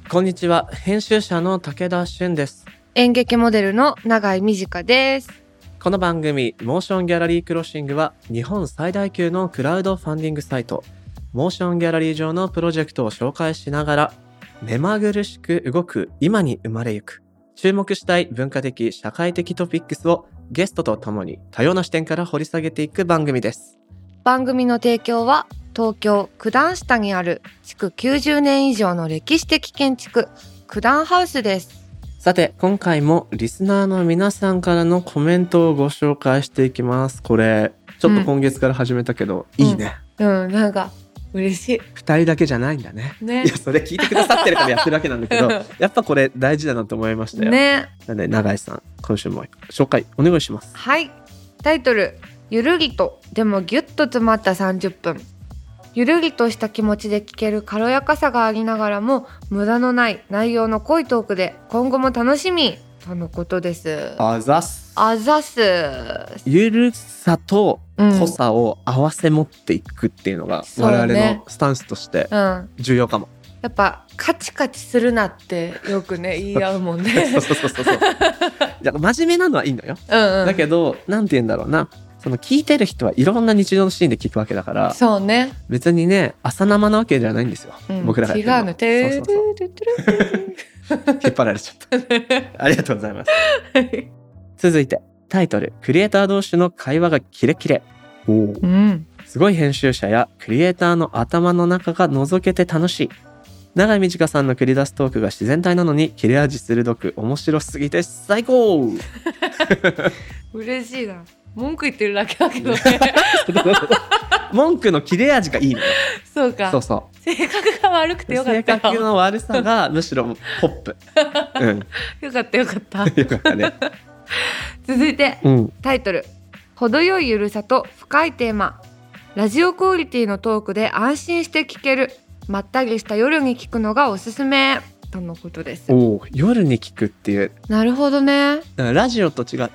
こんにちは、編集者の武田俊です。 演劇モデルの永井美智香です。 この番組モーションギャラリークロッシングは日本最大級のクラウドファンディングサイトモーションギャラリー上のプロジェクトを紹介しながら目まぐるしく動く今に生まれゆく注目したい文化的社会的トピックスをゲストとともに多様な視点から掘り下げていく番組です。 番組の提供は東京九段下にある築90年以上の歴史的建築九段ハウスです。 さて今回もリスナーの皆さんからのコメントをご紹介していきます。これちょっと今月から始めたけど、いいね。 なんか嬉しい。 2人だけじゃないんだね。いやそれ聞いてくださってるからやってるわけなんだけどやっぱこれ大事だなと思いましたよね。 なので永井さん今週も紹介お願いします。 はい、タイトルゆるりとでもギュッと詰まった30分。ゆるりとした気持ちで聞ける軽やかさがありながらも無駄のない内容の濃いトークで今後も楽しみとのことです。 あざす。ゆるさと濃さを合わせ持っていくっていうのが我々のスタンスとして重要かも。 やっぱカチカチするなってよくね言い合うもんねそう真面目なのはいいのよ、だけどなんて言うんだろうな、その聞いてる人はいろんな日常のシーンで聞くわけだから、 そうね、 別にね朝生なわけじゃないんですよ、僕らがやってるの。 違うの引っ張られちゃったありがとうございます、続いてタイトルクリエイター同士の会話がキレキレ。すごい編集者やクリエイターの頭の中が覗けて楽しい。永井美智香さんの繰り出すトークが自然体なのに切れ味鋭く面白すぎて最高嬉しいな。文句言ってるだけだけどね文句の切れ味がいいのよ。 そうか、 そう性格が悪くてよかった。 性格の悪さがむしろポップ、 よかったよかったね続いて、タイトル程よいゆるさと深いテーマ。ラジオクオリティのトークで安心して聞けるまったりした夜に聞くのがおすすめとのことです。 夜に聞くっていう。 なるほどね。 ラジオと違って、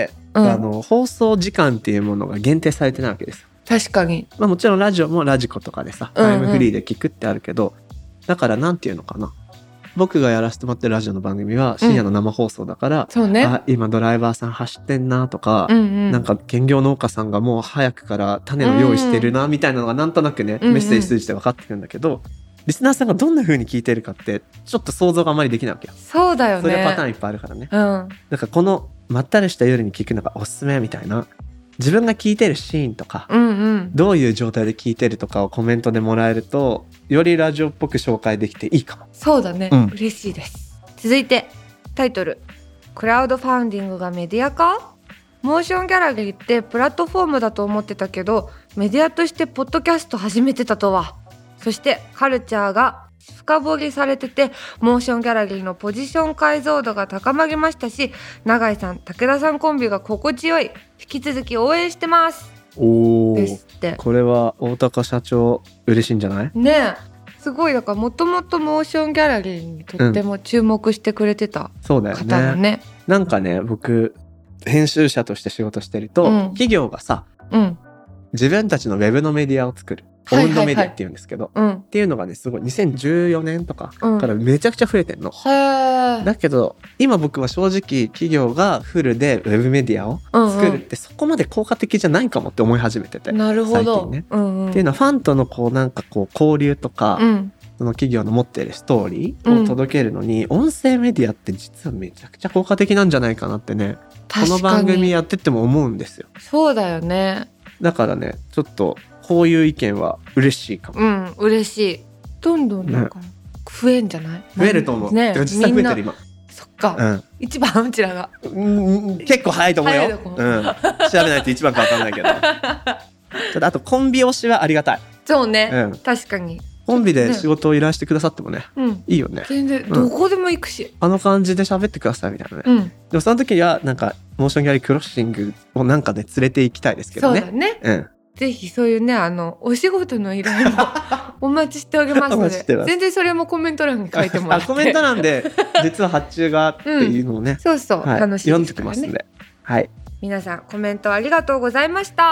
放送時間っていうものが限定されてないわけです。 確かに、 もちろんラジオもラジコとかでさ、タイムフリーで聞くってあるけど、だからなんていうのかな、僕がやらせてもらってるラジオの番組は深夜の生放送だから、 そうね、 今ドライバーさん走ってんなとか、なんか兼業農家さんがもう早くから種を用意してるなみたいなのがなんとなくね、メッセージ通じて分かってくるんだけど、リスナーさんがどんな風に聞いてるかってちょっと想像があまりできないわけよ。 そうだよね。 それパターンいっぱいあるからね、だからこのまったりした夜に聞くのがおすすめみたいな、自分が聞いてるシーンとか、どういう状態で聞いてるとかをコメントでもらえるとよりラジオっぽく紹介できていいかも。 そうだね、嬉しいです。続いてタイトルクラウドファンディングがメディア化。モーションギャラリーってプラットフォームだと思ってたけどメディアとしてポッドキャスト始めてたとは。そしてカルチャーが深掘りされててモーションギャラリーのポジション解像度が高まりましたし、永井さん武田さんコンビが心地よい。引き続き応援してますですって。これは大高社長嬉しいんじゃないねえ、すごい。だからもともとモーションギャラリーにとっても注目してくれてた方だね。 なんかね、僕編集者として仕事してると、企業がさ、自分たちのウェブのメディアを作るオウンドメディアっていうんですけど、っていうのがねすごい2014年とかからめちゃくちゃ増えてんの、だけど今僕は正直企業がフルでウェブメディアを作るってそこまで効果的じゃないかもって思い始めてて、 なるほど、 最近ね、っていうのはファンとのなんか交流とか、その企業の持ってるストーリーを届けるのに、音声メディアって実はめちゃくちゃ効果的なんじゃないかなってね、この番組やってても思うんですよ。 そうだよね。 だからねちょっとこういう意見は嬉しいかも。 嬉しい。どんどんなんか増えんじゃない？ 増えると思う。実際増えてる今。 そっか。一番うちらが。 結構早いと思うよ。調べないと一番か分かんないけど。ちょっとあとコンビ推しはありがたい。 そうね。確かに。 コンビで仕事を依頼してくださってもね、いいよね。 全然どこでも行くし、 あの感じで喋ってくださいみたいなね。でもその時はなんかモーションギャラリークロッシングをなんかで連れて行きたいですけどね。 そうだね。ぜひそういうねお仕事の依頼もお待ちしておりますので全然それもコメント欄に書いてもらってコメント欄で実は発注がっていうのをね、 そうそう、楽しいですからね。 読んできますんで、 皆さんコメントありがとうございました。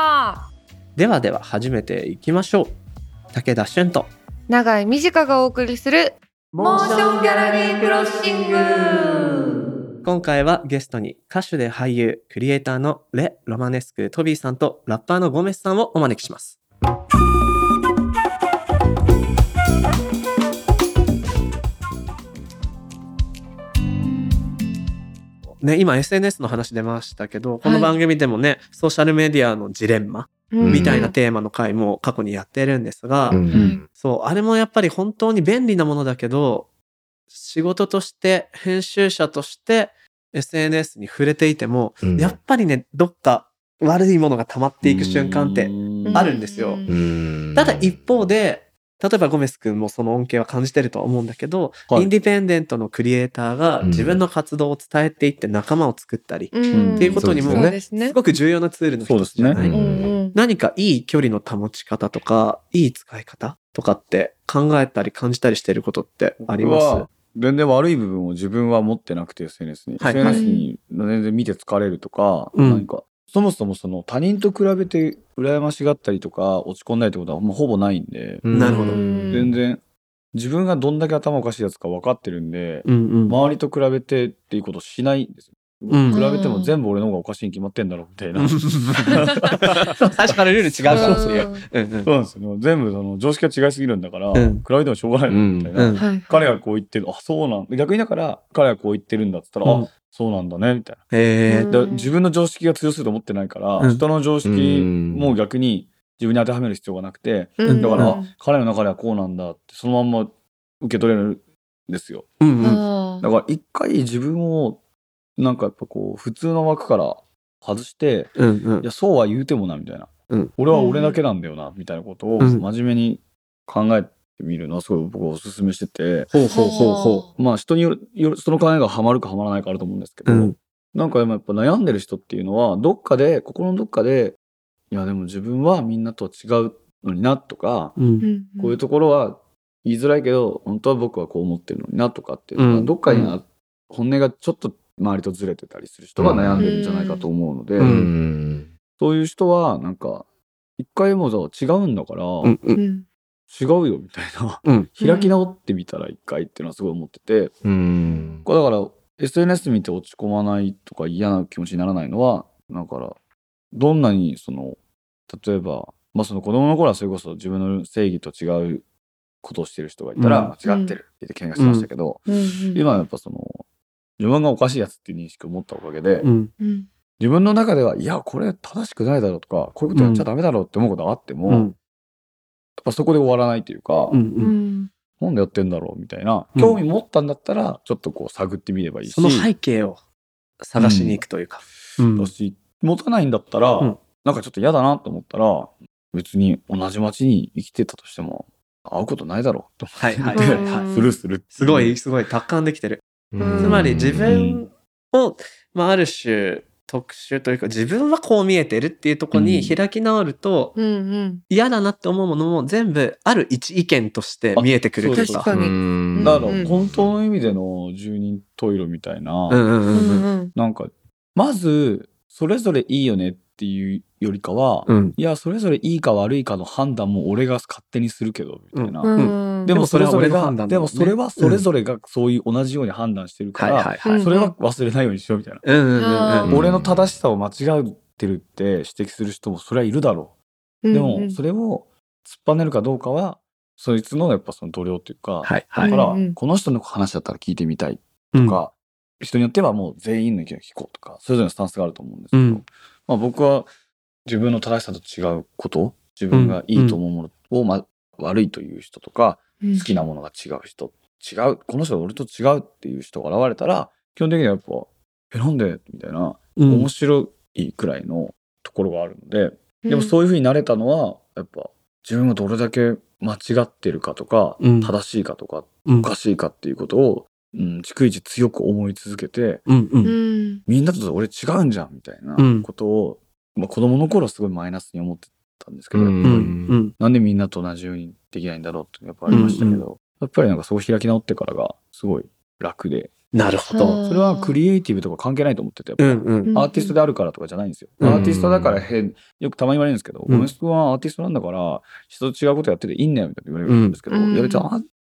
では始めていきましょう。武田俊と永井美智香がお送りするモーションギャラリークロッシング。 今回はゲストに歌手で俳優、クリエイターのレ・ロマネスク・トビーさんとラッパーのゴメスさんをお招きします。ね、今 SNS の話出ましたけど、この番組でもね、ソーシャルメディアのジレンマみたいなテーマの回も過去にやってるんですが、そう、あれもやっぱり本当に便利なものだけど、仕事として編集者として SNS に触れていても、やっぱりね、どっか悪いものが溜まっていく瞬間ってあるんですよ。ただ一方で、例えばゴメス君もその恩恵は感じてるとは思うんだけど、インディペンデントのクリエイターが自分の活動を伝えていって仲間を作ったり、っていうことにもすごく重要なツールの一つじゃない。何かいい距離の保ち方とか、いい使い方とかって考えたり感じたりしてることってあります？ 全然悪い部分を自分は持ってなくて SNS に、SNS に全然見て疲れるとか、何かそもそもその他人と比べて羨ましがったりとか落ち込んだりってことはもうほぼないんで、 なるほど。 全然自分がどんだけ頭おかしいやつか分かってるんで、周りと比べてっていうことしないんですよ。比べても全部俺の方がおかしいに決まってんだろみたいな。 最初からルール違うからっていう。 そうなんですよ。全部その常識が違いすぎるんだから、比べてもしょうがないみたいな。彼がこう言ってる、あ、そうなんだ。逆にだから彼がこう言ってるんだって言ったら、あ、そうなんだねみたいな。自分の常識が強すると思ってないから、人の常識も逆に自分に当てはめる必要がなくて、だから彼の中ではこうなんだってそのまんま受け取れるんですよ。だから一回自分をなんかやっぱこう普通の枠から外して、いやそうは言うてもなみたいな、俺は俺だけなんだよなみたいなことを真面目に考えてみるのはすごい僕はおすすめしてて、まあ人によるその考えがハマるかハマらないかあると思うんですけど、なんかでもやっぱ悩んでる人っていうのはどっかで心のどっかで、いやでも自分はみんなと違うのになとか、こういうところは言いづらいけど本当は僕はこう思ってるのになとかっていうのがどっかに本音がちょっと周りとずれてたりする人が悩んでるんじゃないかと思うので、そういう人はなんか一回も違うんだから、違うよみたいな、開き直ってみたら一回っていうのはすごい思ってて、これだから SNS 見て落ち込まないとか嫌な気持ちにならないのは、だからどんなにその例えばその子供の頃はそれこそ自分の正義と違うことをしてる人がいたら間違ってるって言って喧嘩してましたけど、今はやっぱその自分がおかしいやつっていう認識を持ったおかげで、自分の中ではいやこれ正しくないだろうとかこういうことやっちゃダメだろうって思うことがあっても、やっぱそこで終わらないというか、なんでやってんだろうみたいな興味持ったんだったらちょっとこう探ってみればいいし、 その背景を探しに行くというか、 だし持たないんだったら、なんかちょっと嫌だなと思ったら別に同じ街に生きてたとしても会うことないだろうと思ってスルーする。 すごい達観できてる。つまり自分を、ある種特殊というか自分はこう見えてるっていうところに開き直ると、嫌だなって思うものも全部ある一意見として見えてくるというか。 だから本当の意味での十人十色みたいな、なんかまずそれぞれいいよねっていうよりかは、いやそれぞれいいか悪いかの判断も俺が勝手にするけどみたいな、でもそれぞれが、でもそれはそれぞれがそういう同じように判断してるから、それは忘れないようにしようみたいな、俺の正しさを間違ってるって指摘する人もそれはいるだろう、でもそれを突っぱねるかどうかはそいつのやっぱその度量っていうか、だからこの人の話だったら聞いてみたいとか、人によってはもう全員の意見を聞こうとかそれぞれのスタンスがあると思うんですけど、僕は自分の正しさと違うこと、自分がいいと思うものを、悪いという人とか、好きなものが違う人、この人が俺と違うっていう人が現れたら基本的にはやっぱなんでみたいな、面白いくらいのところがあるので、でもそういう風になれたのはやっぱ自分がどれだけ間違ってるかとか、正しいかとか、おかしいかっていうことを逐一強く思い続けて、みんなと俺違うんじゃんみたいなことを、子供の頃すごいマイナスに思ってたんですけど、やっぱりなんでみんなと同じようにできないんだろうってやっぱありましたけど、やっぱりなんかそう開き直ってからがすごい楽で、 なるほど。 それはクリエイティブとか関係ないと思ってて、やっぱアーティストであるからとかじゃないんですよ。アーティストだからよくたまに言われるんですけど、ゴメス君はアーティストなんだから人と違うことやってていいんだよみたいな言われるんですけど、いや別に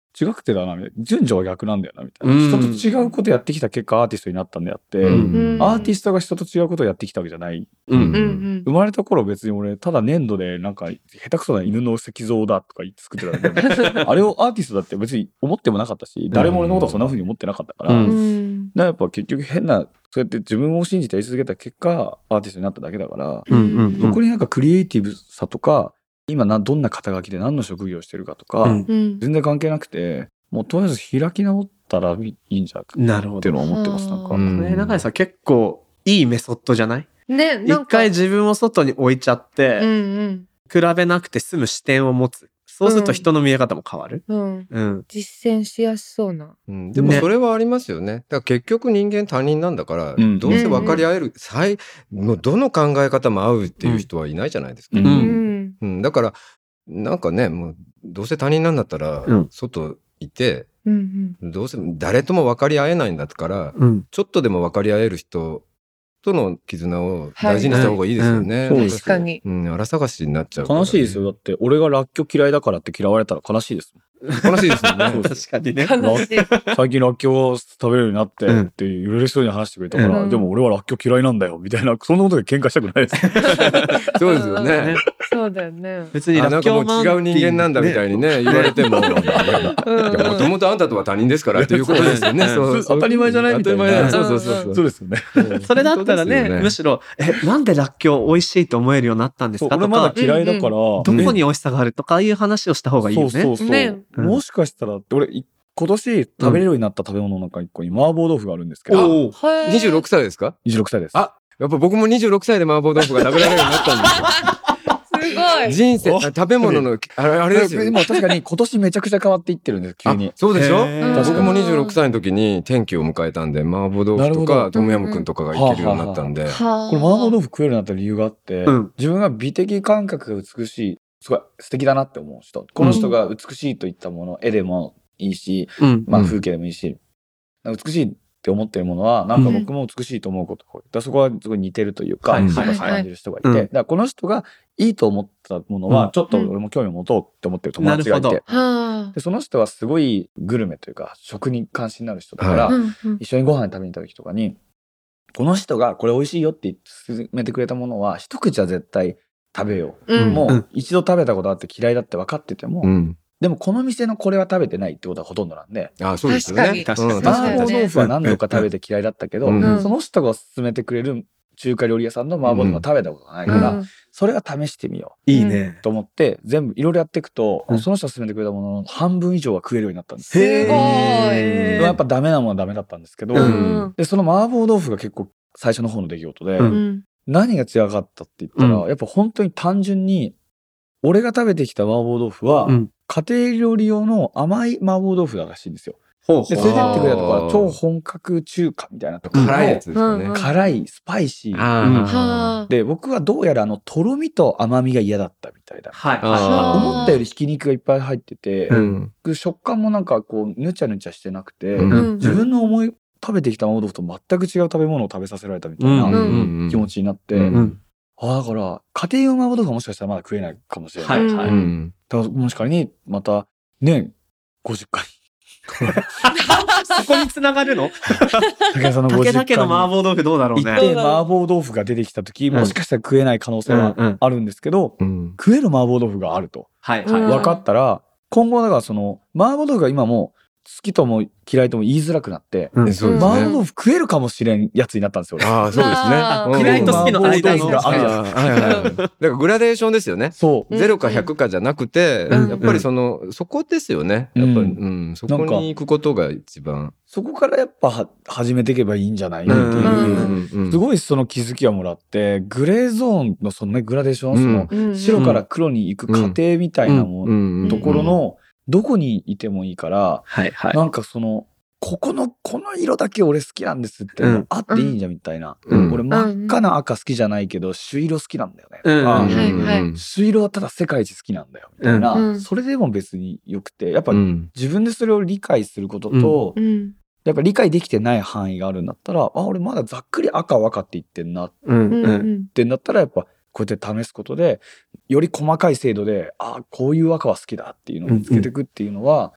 違くてだなみたいな、順序は逆なんだよなみたいな、人と違うことやってきた結果アーティストになったんであって、アーティストが人と違うことをやってきたわけじゃない、生まれた頃別に俺ただ粘土でなんか下手くそな犬の石像だとか言って作ってたんであれをアーティストだって別に思ってもなかったし、誰も俺のことをそんな風に思ってなかったから、やっぱ結局変なそうやって自分を信じてやり続けた結果アーティストになっただけだから、そこになんかクリエイティブさとか今どんな肩書きで何の職業をしてるかとか、全然関係なくて、もうとりあえず開き直ったらいいんじゃないかっていうのを思ってます。なんかこれ中井さん結構いいメソッドじゃない？ ね、 一回自分を外に置いちゃって、比べなくて済む視点を持つ。そうすると人の見え方も変わる。 実践しやすそうな。 でもそれはありますよね。だから結局人間他人なんだから、どうせ分かり合える、もうどの考え方も合うっていう人はいないじゃないですか。だからなんかね、もうどうせ他人なんだったら外いて、どうせ誰とも分かり合えないんだから、ちょっとでも分かり合える人との絆を大事にした方がいいですよね。 確かに。 荒探しになっちゃう。 悲しいですよ。だって俺がらっきょう嫌いだからって嫌われたら悲しいですもん。 悲しいですよね。 確かにね。 最近らっきょうを食べるようになってって言われる人に話してくれたから、でも俺はらっきょう嫌いなんだよみたいな、そんなことで喧嘩したくないです。 そうですよね。 そうだよね。 別にらっきょうも違う人間なんだみたいにね言われても、もともとあんたとは他人ですからっていうことですよね。 当たり前じゃないみたいな。 そうですよね。 それだったらね、むしろなんでらっきょう美味しいと思えるようになったんですかとか、 俺まだ嫌いだからどこに美味しさがあるとかいう話をした方がいいよね。 もしかしたら俺今年食べれるようになった食べ物の中一個に麻婆豆腐があるんですけど。 26歳ですか ？26歳です。 あ、やっぱ僕も26歳で麻婆豆腐が食べられるようになったんですよ。 すごい。 人生、食べ物の、あれですよ。 でも確かに今年めちゃくちゃ変わっていってるんです、急に。 そうでしょ？僕も26歳の時に転機を迎えたんで、麻婆豆腐とかトムヤムクンとかがいけるようになったんで。これ麻婆豆腐食えるようになった理由があって、自分が美的感覚が美しい、すごい素敵だなって思う人。この人が美しいといったもの、絵でもいいし、まあ風景でもいいし、美しいって思ってるものはなんか僕も美しいと思うことが多い。だそこはすごい似てるというか、感じる人がいて、だからこの人がいいと思ったものはちょっと俺も興味を持とうって思ってる友達がいて、でその人はすごいグルメというか食に関心のある人だから、一緒にご飯食べに行った時とかに、この人がこれ美味しいよって勧めてくれたものは一口は絶対食べよう、もう一度食べたことあって嫌いだって分かってても、でもこの店のこれは食べてないってことはほとんどなんで。 そうですよね。 麻婆豆腐は何度か食べて嫌いだったけど、その人が勧めてくれる中華料理屋さんの麻婆豆腐は食べたことがないから、それは試してみよう。 いいね。 と思って全部いろいろやっていくと、その人が勧めてくれたものの半分以上は食えるようになったんです。 すごい。 やっぱダメなものはダメだったんですけど、でその麻婆豆腐が結構最初の方の出来事で、何が違かったって言ったら、やっぱ本当に単純に俺が食べてきた麻婆豆腐は、家庭料理用の甘い麻婆豆腐だらしいんですよ。で連れてってくれたところは超本格中華みたいなところ、 辛いやつですよね。 辛いスパイシーで、僕はどうやらとろみと甘みが嫌だったみたいだ。思ったよりひき肉がいっぱい入ってて、食感もなんかこうぬちゃぬちゃしてなくて、自分の食べてきた麻婆豆腐と全く違う食べ物を食べさせられたみたいな気持ちになって、だから家庭用麻婆豆腐はもしかしたらまだ食えないかもしれない。だからもし仮にまた年50回そこに繋がるの？ 武田さんの50回武田家の麻婆豆腐どうだろうね。 行って麻婆豆腐が出てきた時、もしかしたら食えない可能性はあるんですけど、食える麻婆豆腐があると分かったら、今後だからその麻婆豆腐が今も好きとも嫌いとも言いづらくなって、麻婆豆腐食えるかもしれんやつになったんですよ。 そうですね。 嫌いと好きの間にがあるやつ。 だからグラデーションですよね。0か100かじゃなくて、やっぱりそこですよね。やっぱりそこに行くことが一番。 そこからやっぱ始めていけばいいんじゃないっていう、すごいその気づきをもらって、グレーゾーンのそのねグラデーション、その白から黒に行く過程みたいなところのどこにいてもいいから、なんかこの色だけ俺好きなんですってあっていいんじゃんみたいな。俺真っ赤な赤好きじゃないけど朱色好きなんだよね。朱色はただ世界一好きなんだよみたいな。それでも別によくて、やっぱ自分でそれを理解することと、やっぱ理解できてない範囲があるんだったら、俺まだざっくり赤は分かっていってんなってんだったら、やっぱこうやって試すことでより細かい精度でこういう赤は好きだっていうのを見つけていくっていうのは、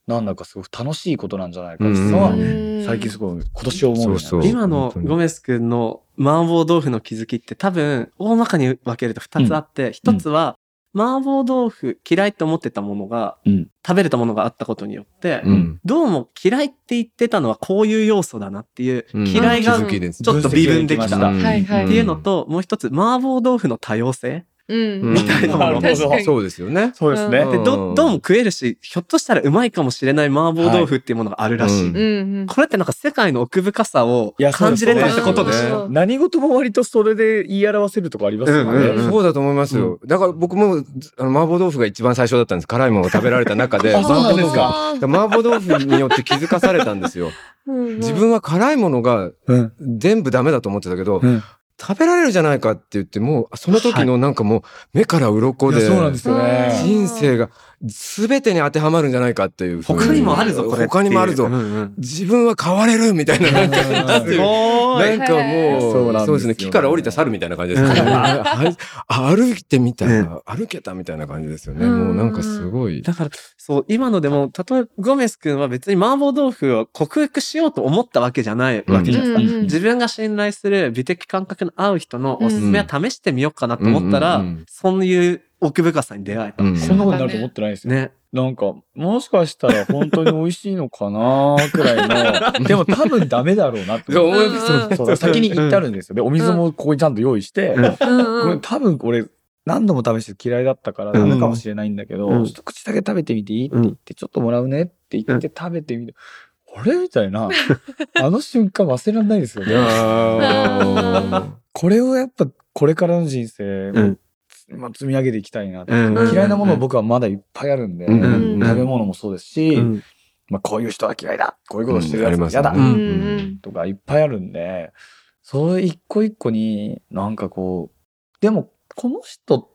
なんだかすごく楽しいことなんじゃないかっていうのは最近すごい今年思うようになる。 今のゴメス君の麻婆豆腐の気づきって多分大まかに分けると2つあって、1つは麻婆豆腐嫌いって思ってたものが、食べれたものがあったことによって、どうも嫌いって言ってたのはこういう要素だなっていう、嫌いがちょっと微分できたっていうのと、もう一つ麻婆豆腐の多様性みたいなもの。 そうですよね。 そうですね。 で、どうも食えるし、ひょっとしたらうまいかもしれない麻婆豆腐っていうものがあるらしい。これってなんか世界の奥深さを感じれたってことでしょ。 何事も割とそれで言い表せるとこありますよね。 そうだと思いますよ。だから僕も麻婆豆腐が一番最初だったんです。辛いものを食べられた中で。 そうなんですか。 麻婆豆腐によって気づかされたんですよ。自分は辛いものが全部ダメだと思ってたけど、食べられるじゃないかって言って、もうその時のなんかもう目から鱗で、 そうなんですよね。 人生が全てに当てはまるんじゃないかっていう。 他にもあるぞこれ。 他にもあるぞ。自分は変われるみたいな。なんかもうそうですね。木から降りた猿みたいな感じですね。歩いてみたら歩けたみたいな感じですよね。もうなんかすごい。 だからそう今のでも例えばゴメス君は別に麻婆豆腐を克服しようと思ったわけじゃないわけじゃないですか。自分が信頼する美的感覚の合う人のおすすめは試してみようかなと思ったら、そういう奥深さに出会えた。 そんなことになると思ってないですよ。ね。なんか、もしかしたら本当に美味しいのかなくらいの、でも多分ダメだろうなって思います。先に言ってあるんですよ。で、お水もここにちゃんと用意して、これ多分これ何度も試して嫌いだったからダメかもしれないんだけど、一口だけ食べてみていいって言って、ちょっともらうねって言って食べてみて、あれみたいな、あの瞬間忘れられないですよね。これをやっぱこれからの人生、積み上げていきたいな。嫌いなもの僕はまだいっぱいあるんで、食べ物もそうですし、こういう人は嫌いだ、こういうことしてるやつは嫌だ、とかいっぱいあるんで、それ一個一個になんかこう、でもこの人って、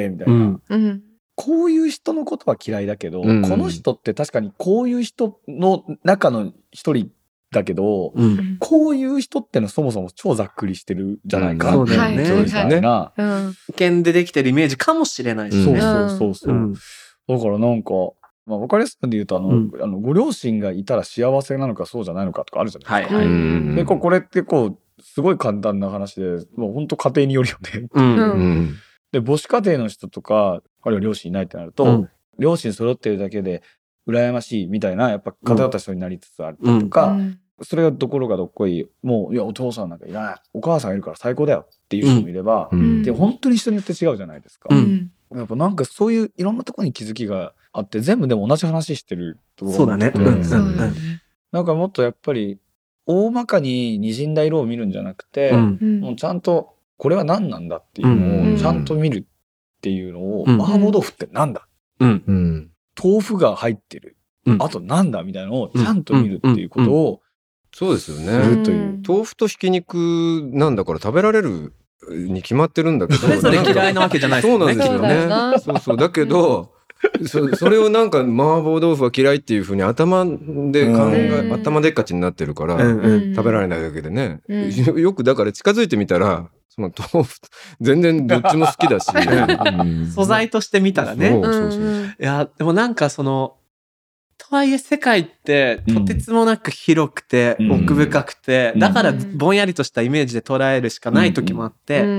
みたいな。こういう人のことは嫌いだけど、この人って確かにこういう人の中の一人だけど、こういう人ってのはそもそも超ざっくりしてるじゃないかそうだよね。 みたいな意見でできてるイメージかもしれないし、 そうそうそう。だからなんか、分かりやすく言うとご両親がいたら幸せなのかそうじゃないのかとかあるじゃないですか。でこれってこうすごい簡単な話で、もう本当家庭によるよね。で母子家庭の人とかあるいは両親いないってなると、両親揃ってるだけで羨ましいみたいなやっぱ偏った人になりつつあるとか、それがどころかどっこいもういやお父さんなんかいらない、お母さんがいるから最高だよっていう人もいれば、で本当に人によって違うじゃないですか。やっぱなんかそういういろんなところに気づきがあって、全部でも同じ話してるところがあって、なんかもっとやっぱり大まかに滲んだ色を見るんじゃなくて、もうちゃんとこれは何なんだっていうのをちゃんと見るっていうのを、麻婆豆腐ってなんだ、豆腐が入ってる、あとなんだみたいなのをちゃんと見るっていうことをそうですよね。豆腐とひき肉なんだから食べられるに決まってるんだけど、 それぞれ嫌いなわけじゃないですよね。そうなんですよね。そうそうだけどそれをなんか麻婆豆腐は嫌いっていうふうに頭で頭でっかちになってるから食べられないだけでね。よくだから近づいてみたらその豆腐全然どっちも好きだし素材として見たらね。いやでもなんかそのとはいえ世界ってとてつもなく広くて奥深くて、だからぼんやりとしたイメージで捉えるしかない時もあって、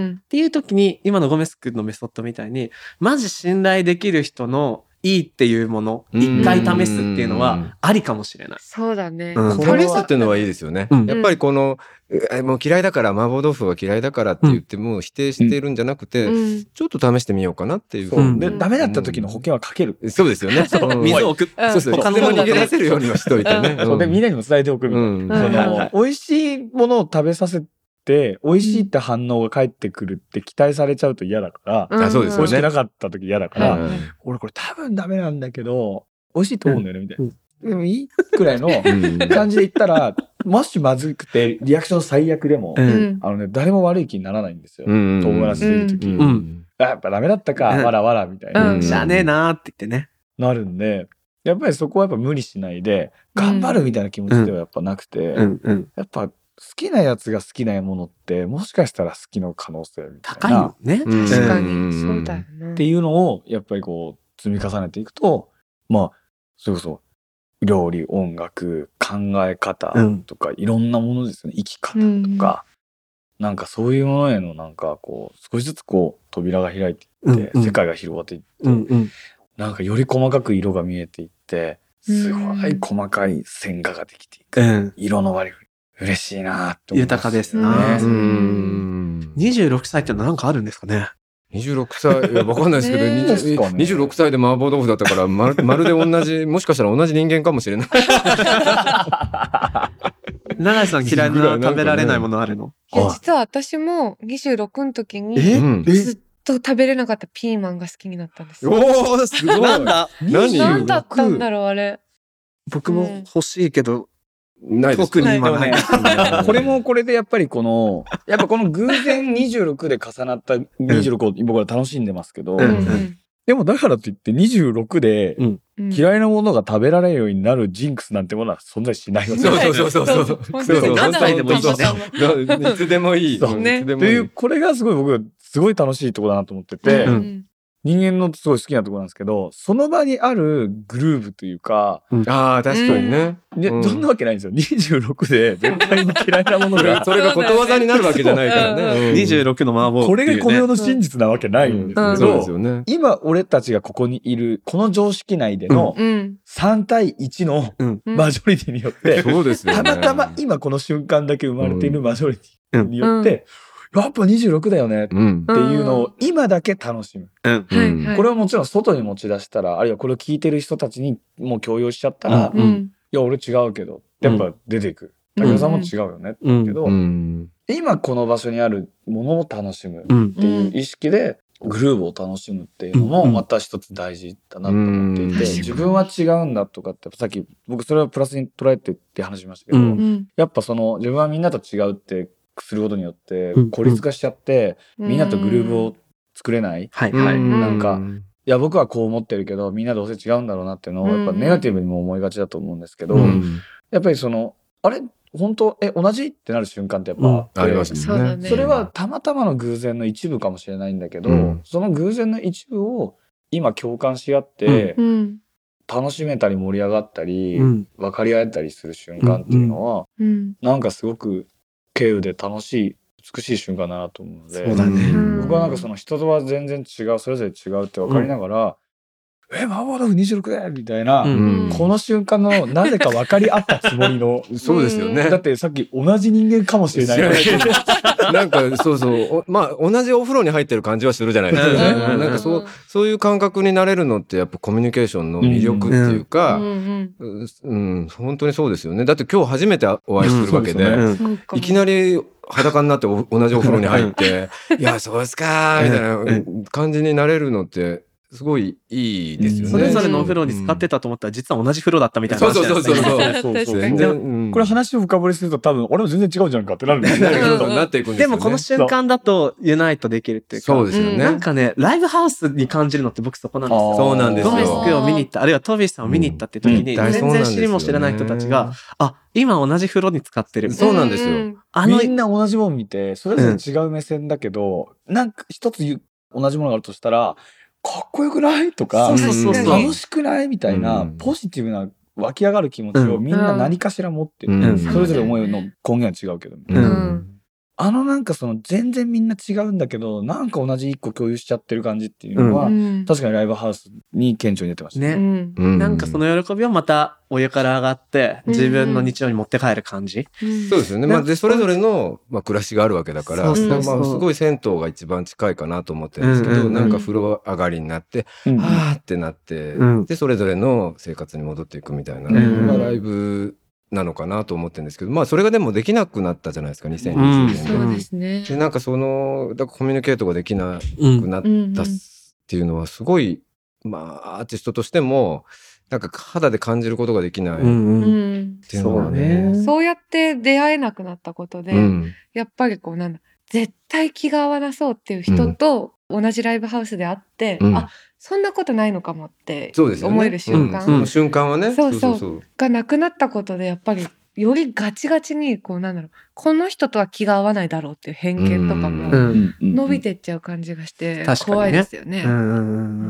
っていう時に今のゴメス君のメソッドみたいにマジ信頼できる人のいいっていうもの一回試すっていうのはありかもしれない。 そうだね。 試すっていうのはいいですよね。やっぱりこのもう嫌いだから麻婆豆腐は嫌いだからって言っても否定しているんじゃなくて、ちょっと試してみようかなっていう。 でダメだった時の保険はかける。 そうですよね。 水を置く。 そうそう。他のもの逃げ出せるようにはしといてね。 でみんなにも伝えておくみたいな。美味しいものを食べさせて美味しいって反応が返ってくるって期待されちゃうと嫌だから、 そうですよね。 美味しくなかった時嫌だから、俺これ多分ダメなんだけど美味しいと思うんだよねみたいな。でもいいくらいの感じで言ったら、もしまずくてリアクション最悪でも、誰も悪い気にならないんですよ。唐辛子する時、やっぱダメだったか、わらわらみたいな、 しゃあねえなーって言ってね、 なるんで、やっぱりそこはやっぱ無理しないで頑張るみたいな気持ちではやっぱなくて、やっぱ好きなやつが好きなものってもしかしたら好きの可能性みたいな、 高いよね。 確かにそうだよね。 っていうのをやっぱりこう積み重ねていくと、まあそれこそ料理、音楽、考え方とか、いろんなものですね、生き方とか、なんかそういうものへのなんかこう少しずつこう扉が開いていって、世界が広がっていって、なんかより細かく色が見えていって、すごい細かい線画ができていく、色の割り振り、嬉しいなって思います、 豊かですね。26歳ってなんかあるんですかね。 26歳、いや、わかんないですけど、26歳で麻婆豆腐だったから、まるで同じ、もしかしたら同じ人間かもしれない。 永井さん嫌いな食べられないものあるの？ いや、実は私も26の時にずっと食べれなかったピーマンが好きになったんですよ。 おー、すごい。 なんだ何だったんだろう、あれ。 僕も欲しいけど、 ないです特に今ない。 これもこれでやっぱりやっぱこの偶然26で重なった26を僕ら楽しんでますけど、でもだからといって26で嫌いなものが食べられるようになるジンクスなんてものは存在しないわけです。 そう。 何歳でもいいしね。 いつでもいい。 という、これがすごい僕はすごい楽しいところだなと思ってて、人間のすごい好きなところなんですけど、その場にあるグルーヴというか、 ああ、確かにね。 そんなわけないんですよ。26で絶対に嫌いなものが。 それがことわざになるわけじゃないからね。 26の麻婆。 これがこの世の真実なわけないんですけど、今俺たちがここにいる、この常識内での3対1のマジョリティによって、たまたま今この瞬間だけ生まれているマジョリティによって、やっぱ26だよねっていうのを今だけ楽しむ。これはもちろん外に持ち出したら、あるいはこれを聞いてる人たちにもう強要しちゃったら、いや俺違うけどやっぱ出てくる。武田さんも違うよねけど、今この場所にあるものを楽しむっていう意識でグルーヴを楽しむっていうのもまた一つ大事だなと思っていて、自分は違うんだとかってさっき僕それをプラスに捉えてって話しましたけど、やっぱその自分はみんなと違うってすることによって孤立化しちゃって、みんなとグルーヴを作れない。なんか、いや僕はこう思ってるけどみんなどうせ違うんだろうなっていうのをやっぱネガティブにも思いがちだと思うんですけど、やっぱりあれ本当同じってなる瞬間ってやっぱありますね。 それはたまたまの偶然の一部かもしれないんだけど、その偶然の一部を今共感し合って楽しめたり盛り上がったり分かり合えたりする瞬間っていうのはなんかすごく経由で楽しい美しい瞬間だなと思うので、僕はなんかその人とは全然違う、それぞれ違うって分かりながら、麻婆豆腐26でみたいな、この瞬間のなぜか分かり合ったつもりのそうですよね。 だってさっき同じ人間かもしれないなんかそうまあ同じお風呂に入ってる感じはするじゃないですか。なんかそういう感覚になれるのってやっぱコミュニケーションの魅力っていうか、本当にそうですよね。だって今日初めてお会いするわけで、いきなり裸になって同じお風呂に入っていやそうですかみたいな感じになれるのってすごいいいですよね。 それぞれのお風呂に使ってたと思ったら実は同じ風呂だったみたいな話ですね。 そう全然これ話を深掘りすると多分俺も全然違うじゃんかってなるんですよ。 なっていくんですよね。 でもこの瞬間だとユナイトできるっていうか、 そうですよね。 なんかねライブハウスに感じるのって僕そこなんですよ。 そうなんですよ。 ドメスクを見に行った、あるいはトビーさんを見に行ったって時に全然知りも知らない人たちが今同じ風呂に使ってる。 そうなんですよ。 みんな同じもの見てそれぞれ違う目線だけど、なんか一つ同じものがあるとしたらかっこよくないとか楽しくないみたいなポジティブな湧き上がる気持ちをみんな何かしら持ってる、それぞれ思いの根源は違うけど、なんか全然みんな違うんだけどなんか同じ一個共有しちゃってる感じっていうのは、確かにライブハウスに顕著に出てましたね。 なんかその喜びをまたお湯から上がって自分の日常に持って帰る感じ。 そうですよね。でそれぞれの暮らしがあるわけだからすごい銭湯が一番近いかなと思ってるんですけど、なんか風呂上がりになってはーってなってでそれぞれの生活に戻っていくみたいなライブなのかなと思ってるんですけど、それがでもできなくなったじゃないですか2020年で。 そうですね。 でなんかだからコミュニケートができなくなったっていうのはすごいアーティストとしてもなんか肌で感じることができないっていうのがね。 そうやって出会えなくなったことで、やっぱり絶対気が合わなそうっていう人と同じライブハウスで会って、そんなことないのかもって思える瞬間、 その瞬間はね、 そうがなくなったことでやっぱりよりガチガチにこの人とは気が合わないだろうっていう偏見とかも伸びてっちゃう感じがして怖いですよね。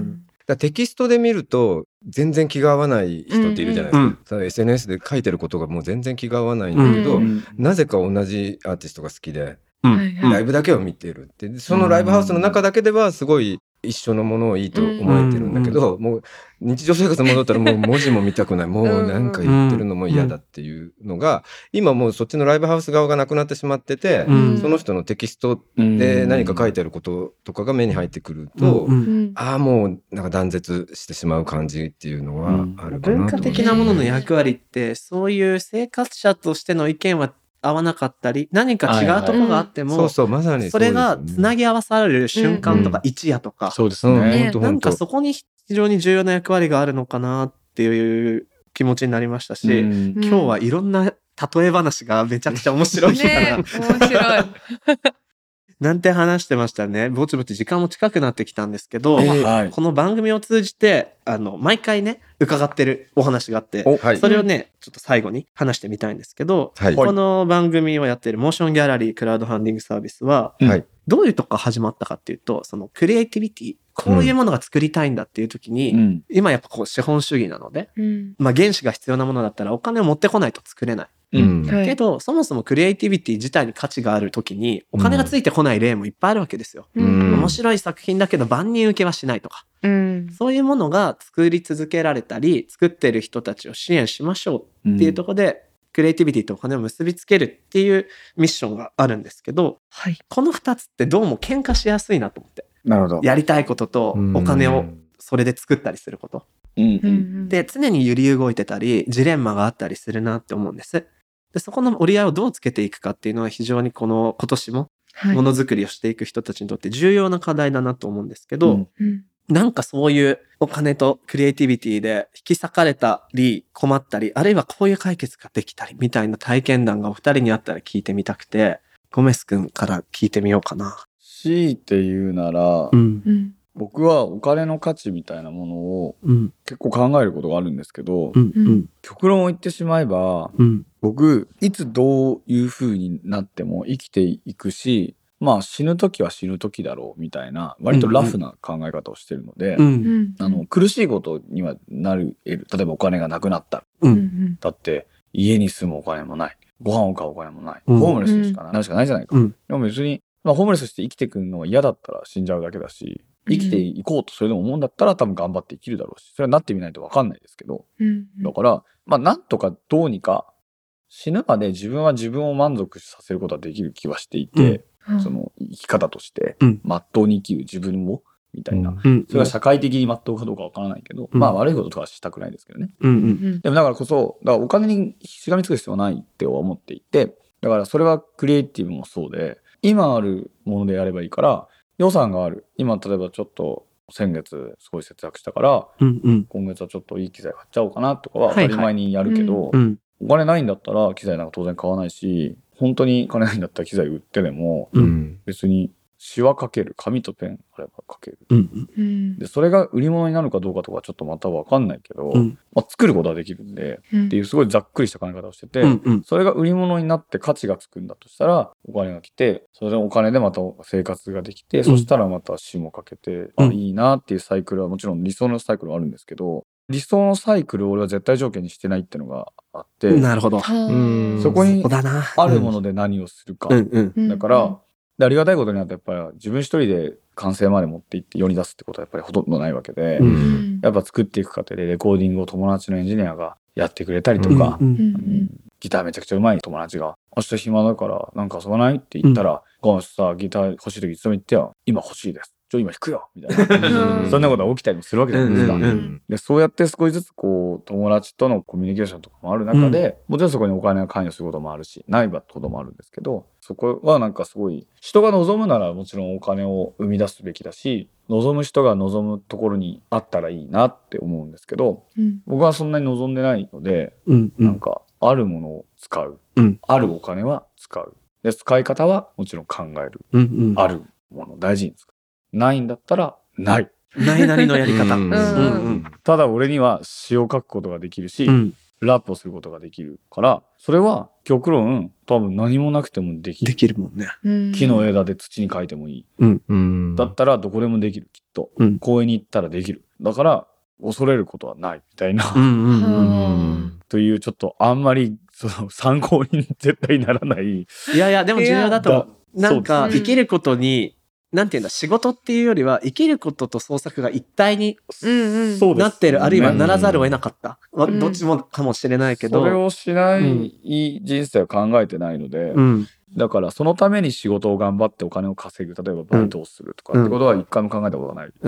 だテキストで見ると全然気が合わない人っているじゃないですか、SNS で書いてることがもう全然気が合わないんだけど、なぜか同じアーティストが好きで、ライブだけを見てるって、そのライブハウスの中だけではすごい一緒のものをいいと思えてるんだけど、もう日常生活戻ったらもう文字も見たくない、もうなんか言ってるのも嫌だっていうのが、今もうそっちのライブハウス側がなくなってしまってて、その人のテキストで何か書いてあることとかが目に入ってくると、ああもうなんか断絶してしまう感じっていうのはあるかなと。 文化的なものの役割ってそういう生活者としての意見は合わなかったり、何か違うところがあっても、 まさにそれがつなぎ合わされる瞬間とか一夜とか、 そうですね。 なんかそこに非常に重要な役割があるのかなっていう気持ちになりましたし、今日はいろんな例え話がめちゃくちゃ面白いから、 面白い。 なんて話してましたね。ぼちぼち時間も近くなってきたんですけど、この番組を通じて毎回ね伺ってるお話があって、それをねちょっと最後に話してみたいんですけど、この番組をやってるモーションギャラリークラウドファンディングサービスは、どういうとこから始まったかっていうと、そのクリエイティビティ、こういうものが作りたいんだっていう時に、今やっぱこう資本主義なので、原資が必要なものだったらお金を持ってこないと作れない。けどそもそもクリエイティビティ自体に価値がある時にお金がついてこない例もいっぱいあるわけですよ。面白い作品だけど万人受けはしないとか、そういうものが作り続けられたり、作ってる人たちを支援しましょうっていうところで、クリエイティビティとお金を結びつけるっていうミッションがあるんですけど、この2つってどうも喧嘩しやすいなと思って。 なるほど。 やりたいこととお金をそれで作ったりすること、で常に揺り動いてたりジレンマがあったりするなって思うんです。でそこの折り合いをどうつけていくかっていうのは非常に今年もものづくりをしていく人たちにとって重要な課題だなと思うんですけど、なんかそういうお金とクリエイティビティで引き裂かれたり困ったり、あるいはこういう解決ができたりみたいな体験談がお二人にあったら聞いてみたくて、ゴメス君から聞いてみようかな。 強いて言うなら、僕はお金の価値みたいなものを結構考えることがあるんですけど、極論を言ってしまえば、僕いつどういう風になっても生きていくし、まあ死ぬ時は死ぬ時だろうみたいな割とラフな考え方をしてるので、苦しいことにはなる。例えばお金がなくなった、だって家に住むお金もない、ご飯を買うお金もない、ホームレスにしかなるしかないじゃないか。でも別に、ホームレスして生きていくのは嫌だったら死んじゃうだけだし、生きていこうとそれでも思うんだったら多分頑張って生きるだろうし、それはなってみないと分かんないですけど、だからなんとかどうにか死ぬまで自分は自分を満足させることはできる気はしていて、その生き方として真っ当に生きる自分をみたいな、それは社会的に真っ当かどうか分からないけど、悪いこととかはしたくないですけどね。でもだからこそお金にしがみつく必要はないって思っていて、だからそれはクリエイティブもそうで、今あるものでやればいいから、予算がある、今例えばちょっと先月すごい節約したから、今月はちょっといい機材買っちゃおうかなとかは当たり前にやるけど、お金ないんだったら機材なんか当然買わないし、本当に金ないんだったら機材売ってでも、別にシワかける、紙とペンあればかける、でそれが売り物になるかどうかとかちょっとまた分かんないけど、作ることはできるんで、っていうすごいざっくりした考え方をしてて、それが売り物になって価値がつくんだとしたら、お金が来て、それでお金でまた生活ができて、そしたらまた死もかけて、いいなっていうサイクルはもちろん理想のサイクルはあるんですけど、理想のサイクルを俺は絶対条件にしてないっていうのがあって、 なるほど。 そこにあるもので何をするか、だからありがたいことになってやっぱり自分一人で完成まで持っていって世に出すってことはやっぱりほとんどないわけで、やっぱ作っていく過程でレコーディングを友達のエンジニアがやってくれたりとか、ギターめちゃくちゃうまい友達が明日暇だからなんか遊ばないって言ったら、ごめんさギター欲しい時いつでも言ってよ、今欲しいです、今弾くよみたいなそんなことが起きたりもするわけじゃないですか。でそうやって少しずつ友達とのコミュニケーションとかもある中で、もちろんそこにお金が関与することもあるし、ないこともあるんですけど、そこはなんかすごい人が望むならもちろんお金を生み出すべきだし、望む人が望むところにあったらいいなって思うんですけど、僕はそんなに望んでないので、なんかあるものを使う、あるお金は使う、で使い方はもちろん考える、あるものを大事に使う、ないんだったらないなりのやり方。 ただ俺には詩を書くことができるし、ラップをすることができるから、それは極論多分何もなくてもできる。 できるもんね。 木の枝で土に書いてもいい。だったらどこでもできる、きっと。公園に行ったらできる。 だから恐れることはないみたいなというちょっとあんまりその参考に絶対ならない。 いやでも重要だとなんか生きることになんていうんだ、仕事っていうよりは生きることと創作が一体になってる、あるいはならざるを得なかった、どっちもかもしれないけど、 それをしない人生は考えてないので、だからそのために仕事を頑張ってお金を稼ぐ、例えばバイトをするとかってことは一回も考えたことがないです。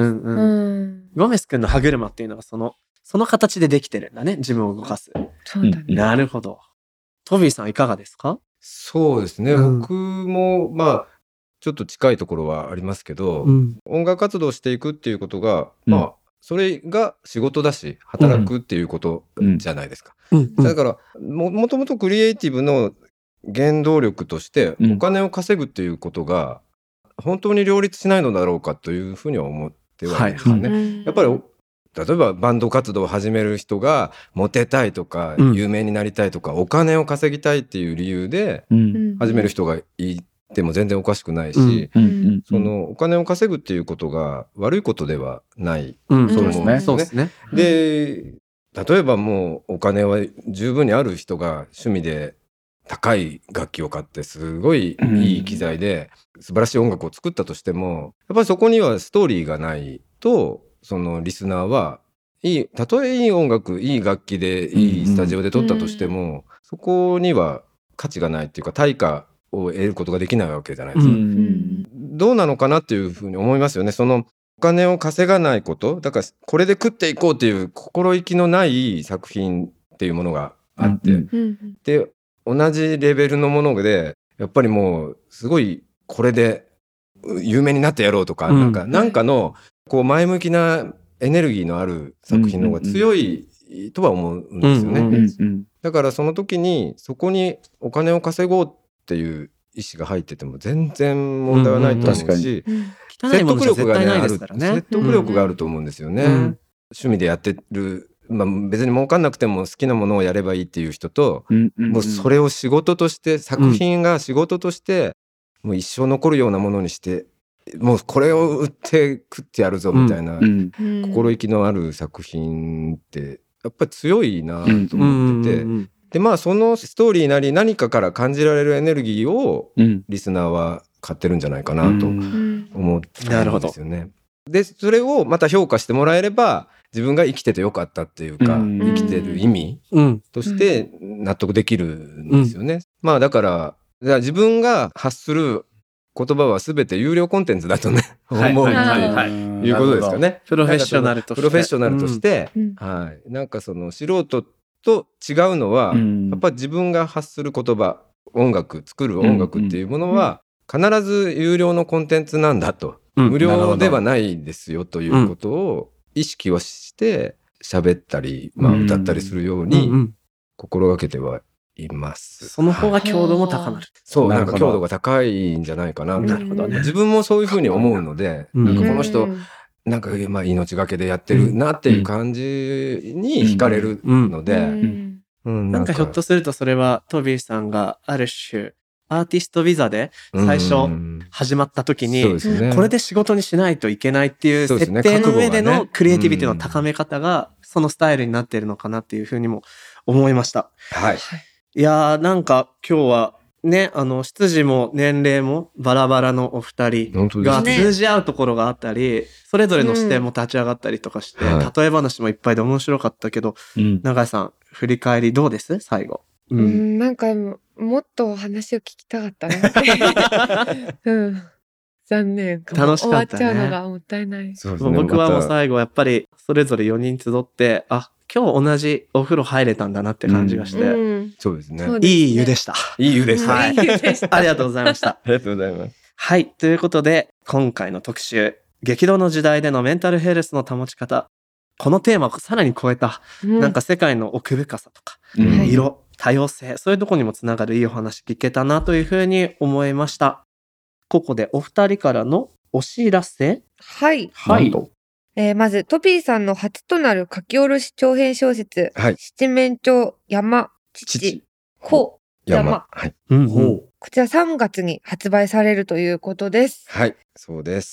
ゴメス君の歯車っていうのはその形でできてるんだね、自分を動かす。 そうだね。 なるほど。トビーさんいかがですか？ そうですね、僕もまあちょっと近いところはありますけど、音楽活動をしていくっていうことが、まあそれが仕事だし働くっていうことじゃないですか。だからもともとクリエイティブの原動力としてお金を稼ぐっていうことが本当に両立しないのだろうかというふうには思ってはいるんですよね。やっぱり例えばバンド活動を始める人がモテたいとか有名になりたいとかお金を稼ぎたいっていう理由で始める人がいても全然おかしくないし、そのお金を稼ぐっていうことが悪いことではないと思うんですね。で、例えばもうお金は十分にある人が趣味で高い楽器を買ってすごいいい機材で素晴らしい音楽を作ったとしても、やっぱりそこにはストーリーがないと、そのリスナーたとえいい音楽、いい楽器でいいスタジオで撮ったとしても、そこには価値がないっていうか対価を得ることができないわけじゃないですか。どうなのかなっていうふうに思いますよね。そのお金を稼がないこと、だからこれで食っていこうっていう心意気のない作品っていうものがあって、で同じレベルのものでやっぱりもうすごいこれで有名になってやろうとか、なんかのこう前向きなエネルギーのある作品の方が強いとは思うんですよね。だからその時にそこにお金を稼ごうっていう意思が入ってても全然問題はないと思うし、説得力がある、説得力があると思うんですよね。趣味でやってる、別に儲かんなくても好きなものをやればいいっていう人と、もうそれを仕事として作品が仕事としてもう一生残るようなものにしてもうこれを売って食ってやるぞみたいな心意気のある作品ってやっぱり強いなと思ってて、でそのストーリーなり何かから感じられるエネルギーをリスナーは買ってるんじゃないかなと思ってるんですよね。でそれをまた評価してもらえれば自分が生きててよかったっていうか、生きてる意味として納得できるんですよね。だから自分が発する言葉は全て有料コンテンツだとね思うっていうことですかね。 プロフェッショナルとして、 なんかその素人と違うのは、やっぱり自分が発する言葉、作る音楽っていうものは必ず有料のコンテンツなんだと、無料ではないですよということを意識をして喋ったり、歌ったりするように心がけてはいます。 その方が強度も高まる。 そう、なんか強度が高いんじゃないかな。なるほどね。自分もそういうふうに思うので、なんかこの人なんか命がけでやってるなっていう感じに惹かれるので、 なんかひょっとするとそれはトビーさんがある種アーティストビザで最初始まった時にこれで仕事にしないといけないっていう設定の上でのクリエイティビティの高め方がそのスタイルになっているのかなっていうふうにも思いました。 はい。 いやーなんか今日はね、出自も年齢もバラバラのお二人が通じ合うところがあったり、それぞれの視点も立ち上がったりとかして、例え話もいっぱいで面白かったけど、永井さん振り返りどうです最後？ なんかもっと話を聞きたかったね。残念かも。 楽しかったね。 終わっちゃうのがもったいない。 僕はもう最後やっぱりそれぞれ4人集って、今日同じお風呂入れたんだなって感じがして、 そうですね。 いい湯でした。 いい湯です。 はい。ありがとうございました。 ありがとうございます。 はい。ということで、今回の特集、激動の時代でのメンタルヘルスの保ち方。このテーマをさらに超えた、なんか世界の奥深さとか、色、多様性、そういうところにもつながるいいお話聞けたなというふうに思いました。ここでお二人からのお知らせ。 はい。 はい。 まずトピーさんの初となる書き下ろし長編小説、七面鳥山父子山、 はい、 こちら3月に発売されるということです。 はい、そうです。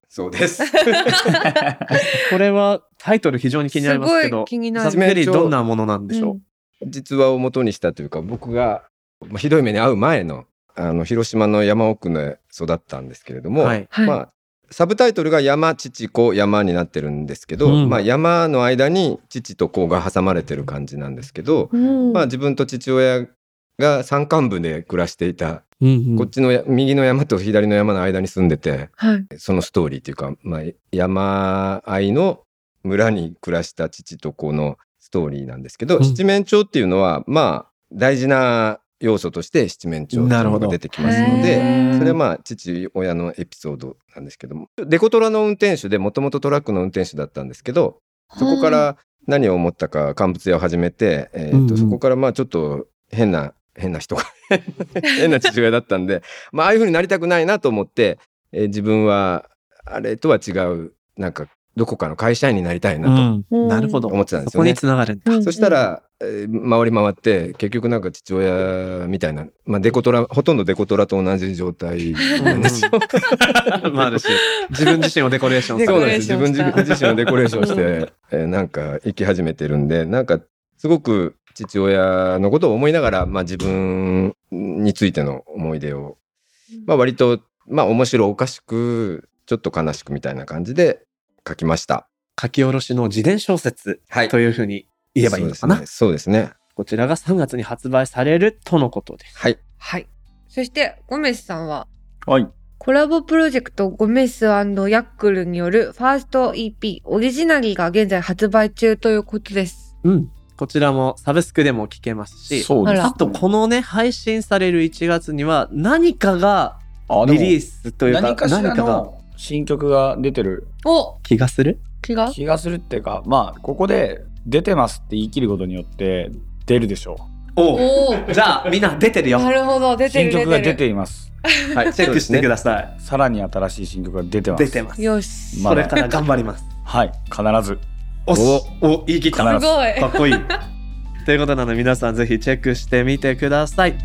そうですこれはタイトル非常に気になりますけど、ざっくりどんなものなんでしょう。実話を元にしたというか、僕がひどい目に遭う前の広島の山奥で育ったんですけれども、はい、まあサブタイトルが山父子山になってるんですけど、まあ、山の間に父と子が挟まれてる感じなんですけど、まあ、自分と父親が山間部で暮らしていた、こっちの右の山と左の山の間に住んでて、そのストーリーっていうか、まあ、山あいの村に暮らした父と子のストーリーなんですけど、七面鳥っていうのはまあ大事な要素として七面鳥っていうのが出てきますので、それはまあ父親のエピソードなんですけども、デコトラの運転手でもともとトラックの運転手だったんですけど、そこから何を思ったか乾物屋を始めて、そこからまあちょっと変な人が変な父親だったんで、まあああいう風になりたくないなと思って、自分はあれとは違うなんかどこかの会社員になりたいなと、 なるほど、 思ってたんですよね。 そこに繋がるんだ。 そしたら、回り回って結局なんか父親みたいな、まあ、デコトラほとんどデコトラと同じ状態なんですよ。 まあ、あるし自分自身をデコレーションそうなんです。自分自身をデコレーションしてなんか生き始めてるんで、なんかすごく父親のことを思いながら、まあ、自分についての思い出を、まあ、割と、まあ、面白おかしくちょっと悲しくみたいな感じで書きました。 書き下ろしの自伝小説というふうに言えばいいのかな。 そうですね。 こちらが3月に発売されるとのことです。 はい。 はい。そしてゴメスさんは、 はい。 コラボプロジェクトゴメス&ヤックルによるファースト EP オリジナリーが現在発売中ということです。 うん。こちらもサブスクでも聴けますし、 そうです。 あとこのね配信される1月には何かがリリースというか何かが新曲が出てる気がする気がするっていうか、まあここで出てますって言い切ることによって出るでしょう。おじゃあみんな出てるよ。 なるほど、出てる。 新曲が出ています。 はい、チェックしてください。 さらに新しい新曲が出てます。 出てます。 よし。 これから頑張ります。 はい、必ず。 お言い切った。 すごい。 かっこいい。ということなので皆さんぜひチェックしてみてください。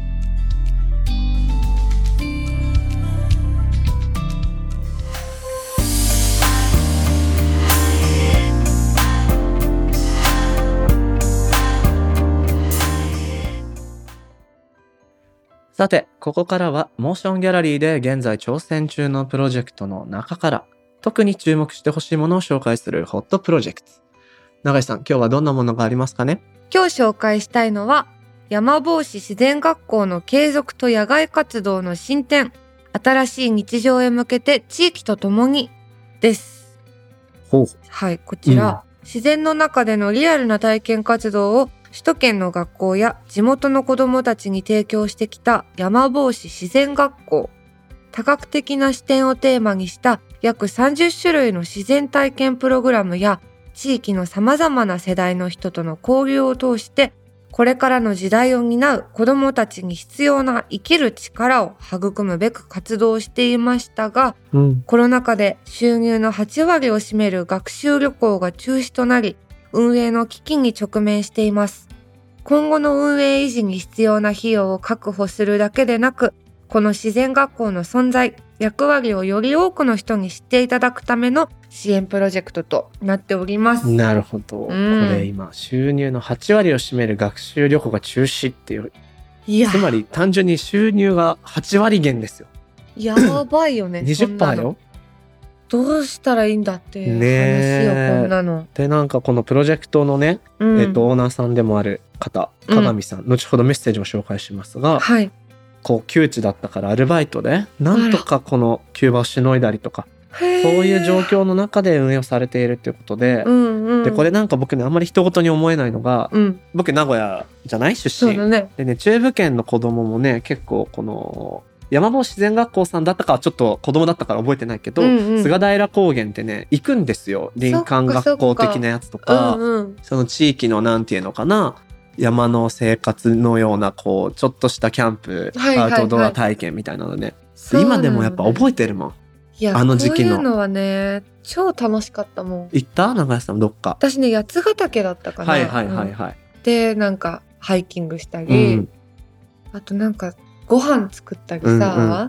さて、ここからはモーションギャラリーで現在挑戦中のプロジェクトの中から特に注目してほしいものを紹介するホットプロジェクト。永井さん、今日はどんなものがありますかね？ 今日紹介したいのは山坊市自然学校の継続と野外活動の進展、新しい日常へ向けて地域とともにです。はい、こちら、自然の中でのリアルな体験活動を首都圏の学校や地元の子どもたちに提供してきた山坊市自然学校。多角的な視点をテーマにした約30種類の自然体験プログラムや地域の様々な世代の人との交流を通してこれからの時代を担う子どもたちに必要な生きる力を育むべく活動していましたが、コロナ禍で収入の8割を占める学習旅行が中止となり運営の危機に直面しています。今後の運営維持に必要な費用を確保するだけでなく、この自然学校の存在、役割をより多くの人に知っていただくための支援プロジェクトとなっております。 なるほど。これ今収入の8割を占める学習旅行が中止っていう。つまり単純に収入が8割減ですよ。 やばいよね。 20% よ。 どうしたらいいんだっていう話よ、こんなの。 でなんかこのプロジェクトのね、オーナーさんでもある方、鏡さん、後ほどメッセージを紹介しますが、はい、こう窮地だったからアルバイトでなんとかこの急場をしのいだりとか、そういう状況の中で運営をされているということで、でこれなんか僕ねあんまり人事に思えないのが、僕名古屋じゃない出身、でね中部圏の子供もね結構この山坊自然学校さんだったかはちょっと子供だったから覚えてないけど、菅平高原ってね行くんですよ。林間学校的なやつとか、その地域のなんていうのかな、山の生活のようなこうちょっとしたキャンプ、アウトドア体験みたいなのね、今でもやっぱ覚えてるもん。 いや、あの時期のこういうのはね超楽しかったもん。 行った？長安さんどっか。 私ね八ヶ岳だったかな。でなんかハイキングしたり、あとなんかご飯作ったりさ、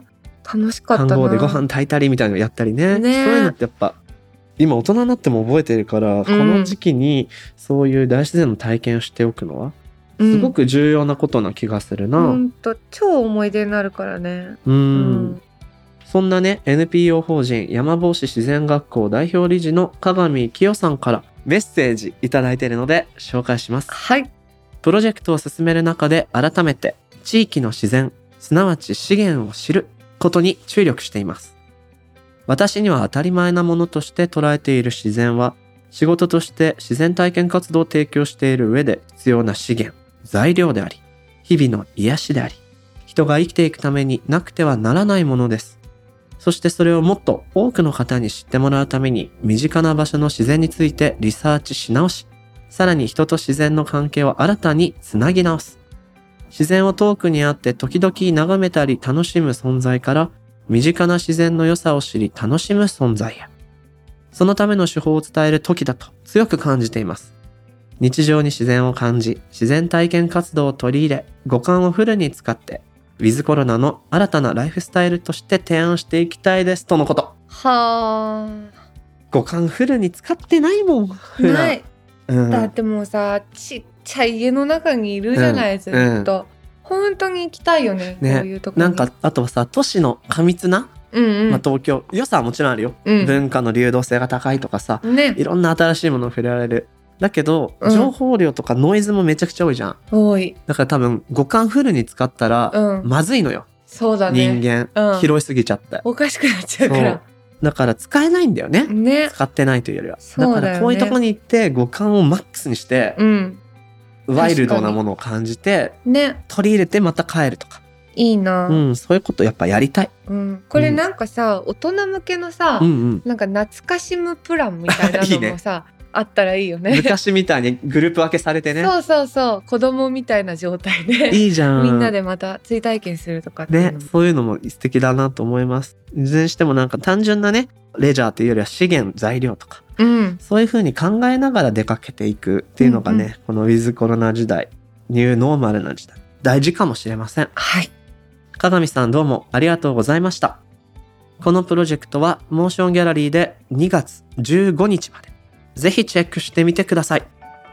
楽しかったな。 飯盒でご飯炊いたりみたいなのやったりね。そういうのってやっぱ今大人になっても覚えてるから、この時期にそういう大自然の体験をしておくのはすごく重要なことな気がするな。 ほんと超思い出になるからね。 そんなね NPO 法人山帽子自然学校代表理事の鏡清さんからメッセージいただいているので紹介します。 はい。 プロジェクトを進める中で改めて地域の自然、すなわち資源を知ることに注力しています。私には当たり前なものとして捉えている自然は、仕事として自然体験活動を提供している上で必要な資源、材料であり、日々の癒しであり、人が生きていくためになくてはならないものです。そしてそれをもっと多くの方に知ってもらうために、身近な場所の自然についてリサーチし直し、さらに人と自然の関係を新たにつなぎ直す。自然を遠くにあって時々眺めたり楽しむ存在から、身近な自然の良さを知り楽しむ存在へ。そのための手法を伝える時だと強く感じています。日常に自然を感じ、自然体験活動を取り入れ、五感をフルに使って、ウィズコロナの新たなライフスタイルとして提案していきたいですとのこと。 はー。 五感フルに使ってないもん。 ない。だってもうさ、ちっちゃい家の中にいるじゃない、ずっと。本当に行きたいよね、こういうところに。 なんかあとはさ、都市の過密な、東京良さはもちろんあるよ、文化の流動性が高いとかさ、いろんな新しいものを触れられる。だけど、情報量とかノイズもめちゃくちゃ多いじゃん。 多い。 だから多分五感フルに使ったら、まずいのよ。 そうだね。 人間、拾いすぎちゃって。 おかしくなっちゃうから。 だから使えないんだよね。使ってないというよりは。だからこういうとこに行って五感をマックスにして、ワイルドなものを感じて、取り入れてまた帰るとか。 いいな。 そういうことやっぱやりたい。 これなんかさ、大人向けのさ、なんか懐かしむプランみたいなのもさ、あったらいいよね。 昔みたいにグループ分けされてね。 そう子供みたいな状態でいいじゃん。 みんなでまた追体験するとかっていうのもね、そういうのも素敵だなと思います。いずれにしてもなんか単純なねレジャーというよりは資源材料とか、そういう風に考えながら出かけていくっていうのがね、このウィズコロナ時代、ニューノーマルな時代大事かもしれません。 はい。 鏡さんどうもありがとうございました。このプロジェクトはモーションギャラリーで2月15日まで。ぜひチェックしてみてください。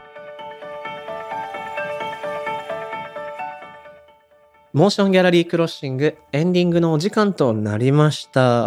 モーションギャラリークロッシングエンディングのお時間となりました。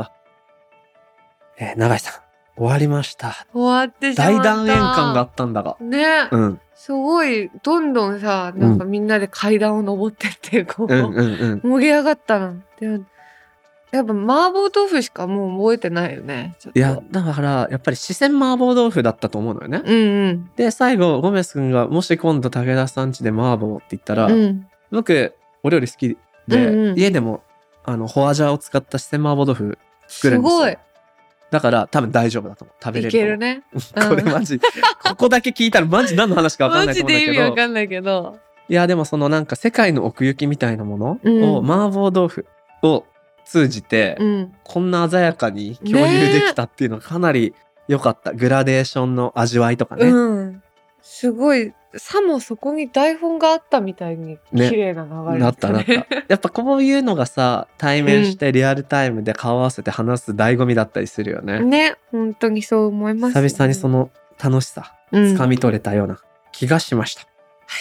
永井さん終わりました。 終わってしまった。 大団円感があったんだがね、すごいどんどんさ、なんかみんなで階段を登ってってこう、盛り上がったな。でやっぱ麻婆豆腐しかもう覚えてないよね。 いやだからやっぱり四川麻婆豆腐だったと思うのよね。で最後ゴメス君がもし今度武田さん家で麻婆って言ったら、僕お料理好きで、家でもホアジャを使った四川麻婆豆腐作るんですよ。すごい。だから多分大丈夫だと思う。食べれると思う。いけるね。これマジここだけ聞いたらマジ何の話か分かんないと思うんだけど。マジで意味分かんないけど。いやでもそのなんか世界の奥行きみたいなものを、麻婆豆腐を通じて、こんな鮮やかに共有できたっていうのはかなり良かった。グラデーションの味わいとかね。 すごい。さもそこに台本があったみたいに綺麗な流れだったね。 やっぱこういうのがさ、対面してリアルタイムで顔合わせて話す醍醐味だったりするよね。 ね、本当にそう思います、ね。 久々にその楽しさ、掴み取れたような気がしました。 はい。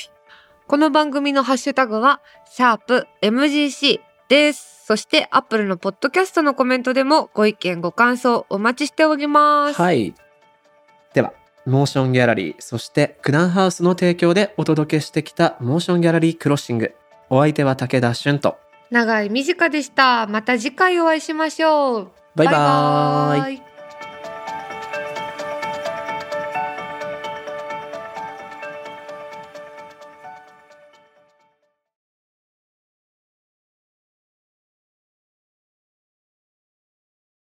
この番組のハッシュタグは#MGC です。そしてアップルのポッドキャストのコメントでもご意見ご感想お待ちしております。 はい。では。モーションギャラリー、そしてクナンハウスの提供でお届けしてきたモーションギャラリークロッシング。お相手は武田俊と永井美智香でした。また次回お会いしましょう。 バイバーイ。